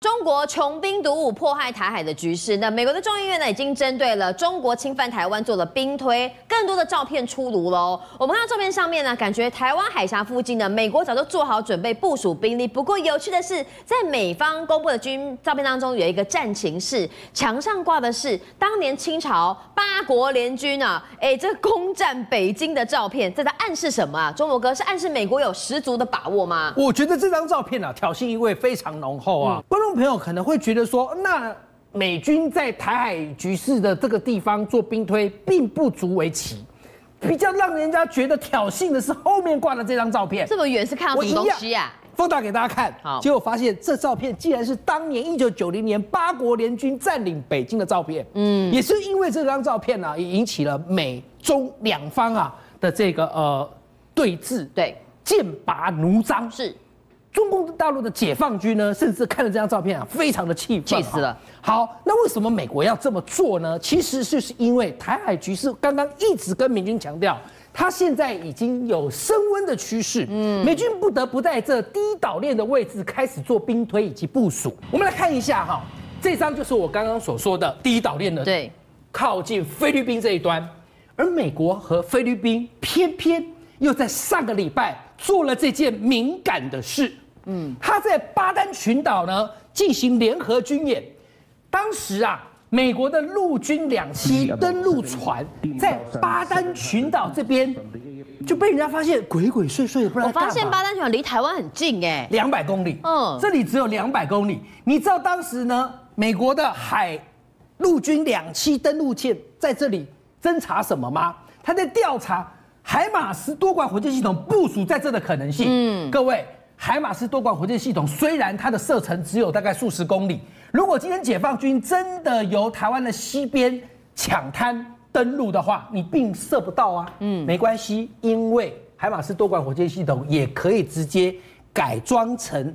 中国穷兵黩武，迫害台海的局势。那美国的众议院呢，已经针对了中国侵犯台湾做了兵推，更多的照片出炉喽。我们看到照片上面呢，感觉台湾海峡附近呢，美国早就做好准备部署兵力。不过有趣的是，在美方公布的照片当中，有一个战情室，墙上挂的是当年清朝8国联军啊，这攻占北京的照片，这在暗示什么啊？钟博哥，是暗示美国有十足的把握吗？ 我觉得这张照片啊，挑衅意味非常浓厚啊。观众朋友可能会觉得说，那美军在台海局势的这个地方做兵推，并不足为奇。比较让人家觉得挑衅的是后面挂的这张照片， 这么远是看到什么东西啊？ 放大给大家看，结果发现这照片竟然是当年1990年8国联军占领北京的照片。也是因为这张照片呢，也引起了美中两方啊的这个对峙， 对， 剑拔弩张。 是。 中共大陆的解放军呢，甚至看了这张照片啊，非常的气愤， 气死了。 好，那为什么美国要这么做呢？其实就是因为台海局势刚刚一直跟美军强调，它现在已经有升温的趋势，美军不得不在这第一岛链的位置开始做兵推以及部署。我们来看一下哈，这张就是我刚刚所说的第一岛链的，对，靠近菲律宾这一端，而美国和菲律宾偏偏又在上个礼拜做了这件敏感的事。他在巴丹群岛呢进行联合军演，当时啊，美国的陆军2栖登陆船在巴丹群岛这边就被人家发现鬼鬼祟祟的，不知道干嘛。 我发现巴丹群岛离台湾很近 200公里，这里只有200公里。你知道当时呢，美国的陆军2栖登陆舰在这里侦查什么吗？他在调查海马斯多管火箭系统部署在这的可能性。各位。海马斯多管火箭系统虽然它的射程只有大概数十公里，如果今天解放军真的由台湾的西边抢滩登陆的话，你并射不到啊。没关系，因为海马斯多管火箭系统也可以直接改装成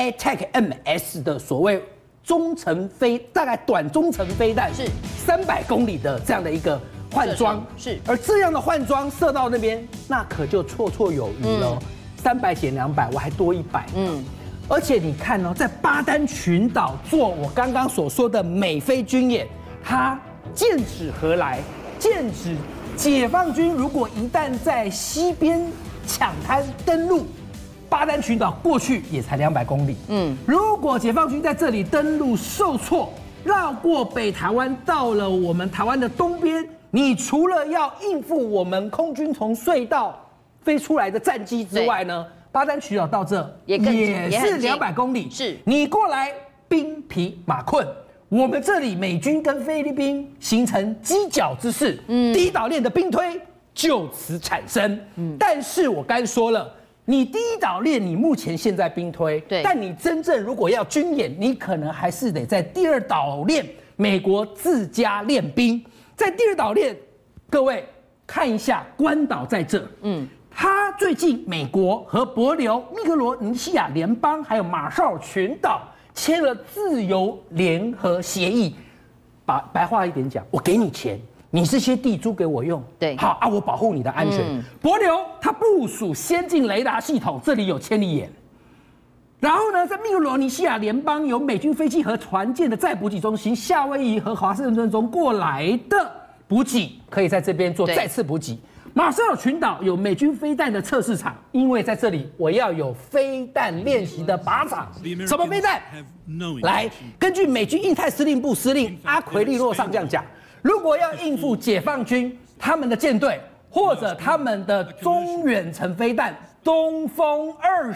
ATACMS 的所谓大概短中程飞弹，是300公里的这样的一个换装。是，而这样的换装射到那边，那可就绰绰有余了。300减200，我还多100。而且你看哦，在巴丹群岛做我刚刚所说的美菲军演，它剑指何来？剑指解放军如果一旦在西边抢滩登陆，巴丹群岛过去也才200公里。如果解放军在这里登陆受挫，绕过北台湾到了我们台湾的东边，你除了要应付我们空军从隧道飞出来的战机之外呢，巴丹群岛到这也是200公里，是你过来兵疲马困，我们这里美军跟菲律宾形成犄角之势，第一岛链的兵推就此产生。但是我刚才说了，你第一岛链你目前现在兵推，但你真正如果要军演，你可能还是得在第二岛链美国自家练兵。在第二岛链，各位看一下关岛在这，他最近美国和帛琉、密克罗尼西亚联邦还有马绍尔群岛签了自由联合协议。白话一点讲，我给你钱，你这些地租给我用，对，好啊，我保护你的安全。帛琉它部署先进雷达系统，这里有千里眼。然后呢，在密克罗尼西亚联邦有美军飞机和船舰的再补给中心，夏威夷和华盛顿中过来的补给可以在这边做再次补给。马绍尔群岛有美军飞弹的测试场，因为在这里我要有飞弹练习的靶场。什么飞弹？来，根据美军印太司令部司令阿奎利诺上将讲，如果要应付解放军他们的舰队或者他们的中远程飞弹东风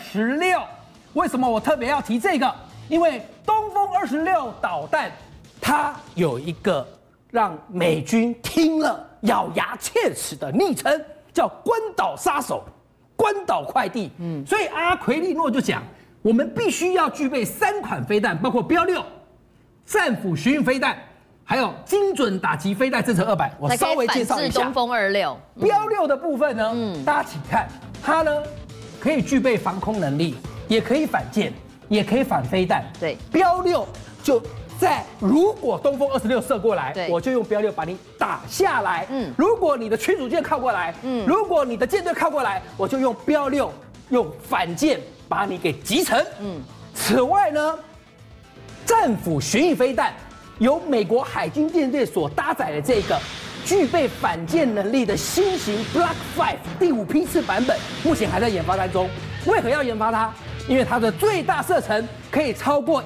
26，为什么我特别要提这个？因为东风26导弹它有一个让美军听了咬牙切齿的昵称，叫关岛杀手、关岛快递。所以阿奎利诺就讲，我们必须要具备3款飞弹，包括标6、战斧巡弋飞弹，还有精准打击飞弹增程200。我稍微介绍一下。 东风26 标6的部分呢，大家请看，它呢可以具备防空能力，也可以反舰，也可以反飞弹。对，标6就在如果东风26射过来，我就用标6把你打下来。如果你的驱逐舰靠过来，如果你的舰队靠过来，我就用标6用反舰把你给击沉。此外呢， 战斧巡弋飞弹，由美国海军舰队所搭载的这个具备反舰能力的新型 Block 5第5批次版本，目前还在研发当中。为何要研发它？因为它的最大射程可以超过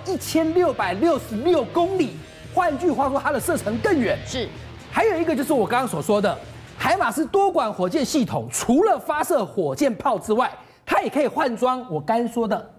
1666公里，换句话说，它的射程更远。 是， 还有一个就是我刚刚所说的海马斯多管火箭系统，除了发射火箭炮之外，它也可以换装我刚才说的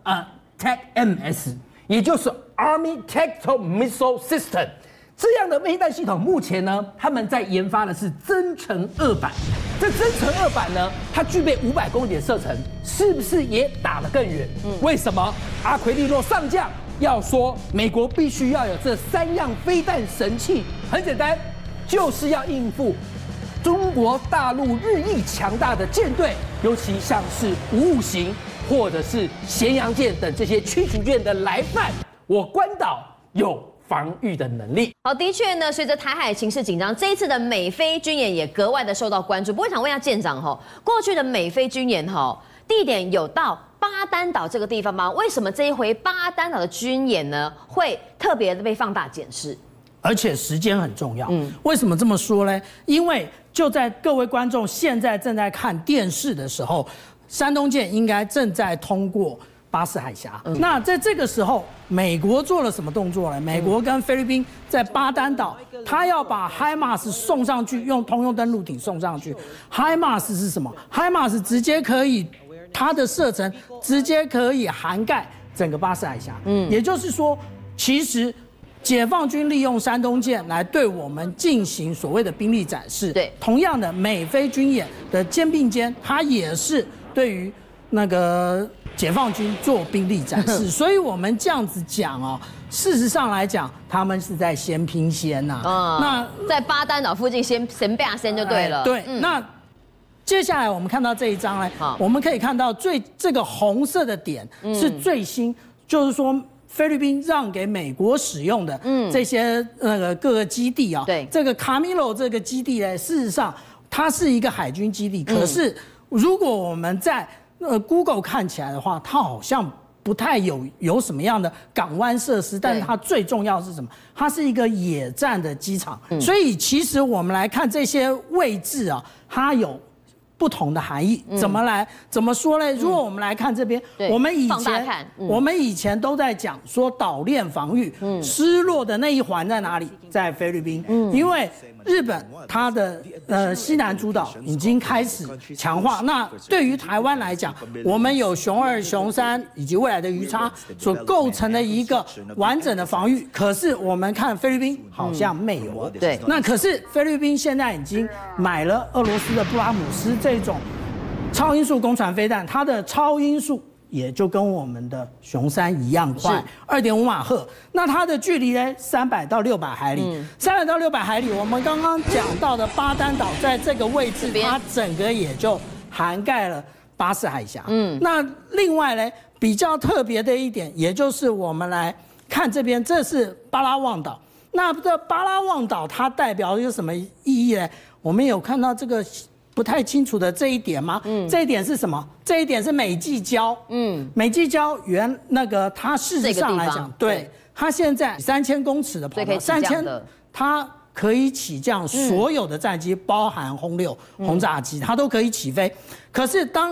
TACMS， 也就是 Army Tactical Missile System 这样的飞弹系统。目前呢，他们在研发的是增程2版。这增程2版呢，它具备500公里的射程，是不是也打得更远？为什么阿奎利诺上将要说美国必须要有这3样飞弹神器？很简单，就是要应付中国大陆日益强大的舰队，尤其像是5五型或者是咸阳舰等这些驱逐舰的来犯，我关岛有防御的能力。 好，的确呢，随着台海情势紧张，这一次的美菲军演也格外的受到关注。不过，想问一下舰长过去的美菲军演地点有到巴丹岛这个地方吗？为什么这一回巴丹岛的军演呢会特别的被放大检视？ 而且时间很重要。为什么这么说呢？因为就在各位观众现在正在看电视的时候，山东舰应该正在通过巴士海峡。那在这个时候，美国做了什么动作呢？美国跟菲律宾在巴丹岛，他要把 HIMARS 送上去，用通用登陆艇送上去。HIMARS 是什么 ？HIMARS 直接可以，它的射程直接可以涵盖整个巴士海峡。也就是说，其实解放军利用山东舰来对我们进行所谓的兵力展示。 对， 同样的，美菲军演的肩并肩，它也是对于那个解放军做兵力展示。所以我们这样子讲事实上来讲，他们是在先拼先呐。 那在巴丹岛附近先就对了。 对，那接下来我们看到这一张呢，我们可以看到这个红色的点是最新，就是说菲律宾让给美国使用的这些各个基地啊。 对， 这个卡米罗这个基地呢，事实上它是一个海军基地，可是如果我们在Google 看起来的话，它好像不太有什么样的港湾设施，但是它最重要是什么？它是一个野战的机场。所以其实我们来看这些位置啊，它有不同的含义。怎么说呢？如果我们来看这边，我们以前都在讲说岛链防御，失落的那一环在哪里？在菲律宾。因为日本它的西南诸岛已经开始强化。那对于台湾来讲，我们有熊2、熊3以及未来的鱼叉所构成的一个完整的防御。可是我们看菲律宾好像没有。 对， 那可是菲律宾现在已经买了俄罗斯的布拉姆斯这种超音速攻船飞弹，它的超音速也就跟我们的熊3一样快，2.5马赫。那它的距离呢？300到600海里。300到600海里，我们刚刚讲到的巴丹岛在这个位置，它整个也就涵盖了巴士海峡。那另外呢，比较特别的一点，也就是我们来看这边，这是巴拉望岛。那这巴拉望岛它代表一个什么意义呢？我们有看到这个不太清楚的这一点吗？这一点是什么？这一点是美济礁。美济礁它事实上来讲，对，它现在3000公尺的跑道，3000，它可以起降所有的战机，包含轰6轰炸机，它都可以起飞。可是当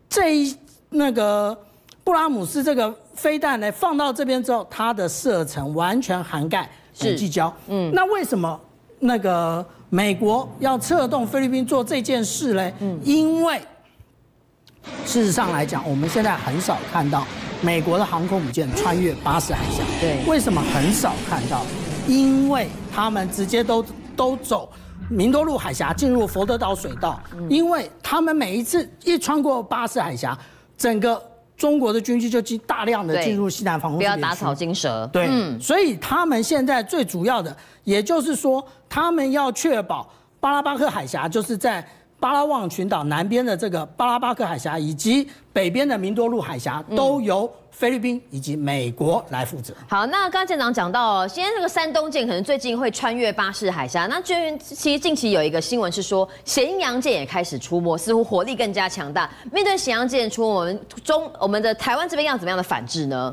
布拉姆斯这个飞弹呢放到这边之后，它的射程完全涵盖美济礁。那为什么美国要策动菲律宾做这件事呢？因为事实上来讲，我们现在很少看到美国的航空母舰穿越巴士海峡。 对， 为什么很少看到？因为他们直接都走明多路海峡进入佛得岛水道，因为他们每一次一穿过巴士海峡，整个中国的军机就大量的进入西南防空识别区， 不要打草惊蛇。 对，所以他们现在最主要的，也就是说，他们要确保巴拉巴克海峡，就是在巴拉望群岛南边的这个巴拉巴克海峡，以及北边的明多路海峡，都由菲律宾以及美国来负责。 好，那刚刚舰长讲到，现在这个山东舰可能最近会穿越巴士海峡。那其实近期有一个新闻是说，咸阳舰也开始出没，似乎火力更加强大。面对咸阳舰出没，我们的台湾这边要怎么样的反制呢？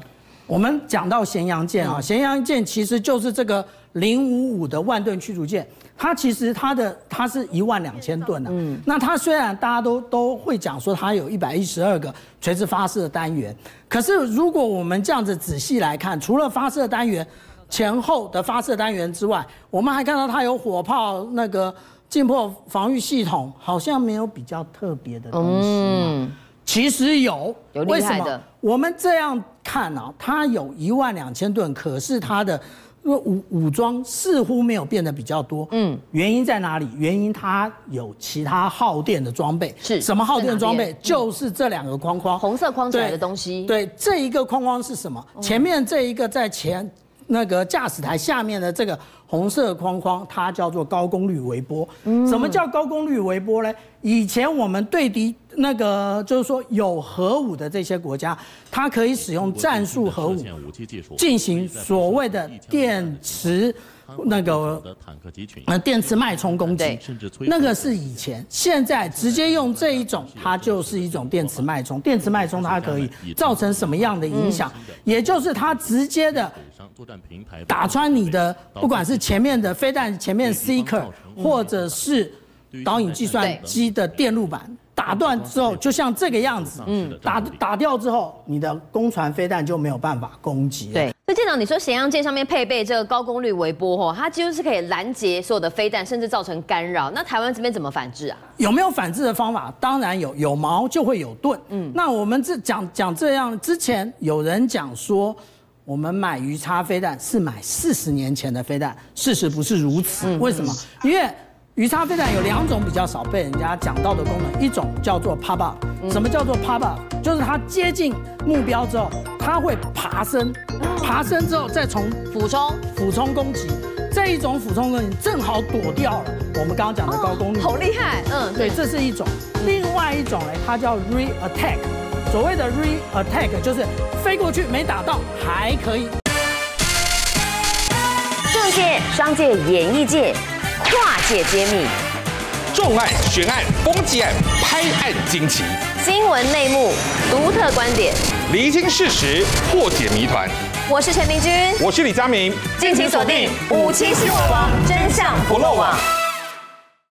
我们讲到咸阳舰啊，咸阳舰其实就是这个055的万吨驱逐舰，它其实它是12000吨啊。那它虽然大家都会讲说它有112个垂直发射单元，可是如果我们这样子仔细来看，除了发射单元前后的发射单元之外，我们还看到它有火炮那个近迫防御系统，好像没有比较特别的东西。其实有厉害的。 我们这样看啊，它有12000吨，可是它的武装似乎没有变得比较多。原因在哪里？原因它有其他耗电的装备。 是什么耗电装备？就是这2个框框， 红色框起来的东西。 对，这一个框框是什么？前面这一个在前那个驾驶台下面的这个红色框框，它叫做高功率微波。什么叫高功率微波呢？以前我们对敌那个就是说有核武的这些国家，它可以使用战术核武进行所谓的电磁那个电磁脉冲攻击，那个是以前，现在直接用这一种，它就是一种电磁脉冲。电磁脉冲它可以造成什么样的影响？也就是它直接的打穿你的，不管是前面的飞弹前面 Seeker， 或者是导引计算机的电路板。打断之后，就像这个样子，打掉之后，你的攻船飞弹就没有办法攻击了。 对，那舰长，你说咸阳舰上面配备这个高功率微波，它几乎是可以拦截所有的飞弹，甚至造成干扰。那台湾这边怎么反制啊？ 有没有反制的方法？当然有，有矛就会有盾。那我们讲这样，之前有人讲说，我们买鱼叉飞弹是买40年前的飞弹，事实不是如此。为什么？因为鱼叉飞弹有2种比较少被人家讲到的功能，一种叫做 pop up。什么叫做 pop up？ 就是它接近目标之后，它会爬升，爬升之后再从俯冲攻击。这一种俯冲攻击正好躲掉了我们刚刚讲的高功率。 好厉害， 对，这是一种。另外一种呢，它叫 re-attack。所谓的 re-attack 就是飞过去没打到，还可以。 政界、商界、演艺界。跨界揭秘， 重案、悬案、攻击案、拍案惊奇， 新闻内幕、独特观点， 厘清事实，破解谜团。 我是陈明君， 我是李佳明， 敬请锁定《57新闻网》，真相不漏网。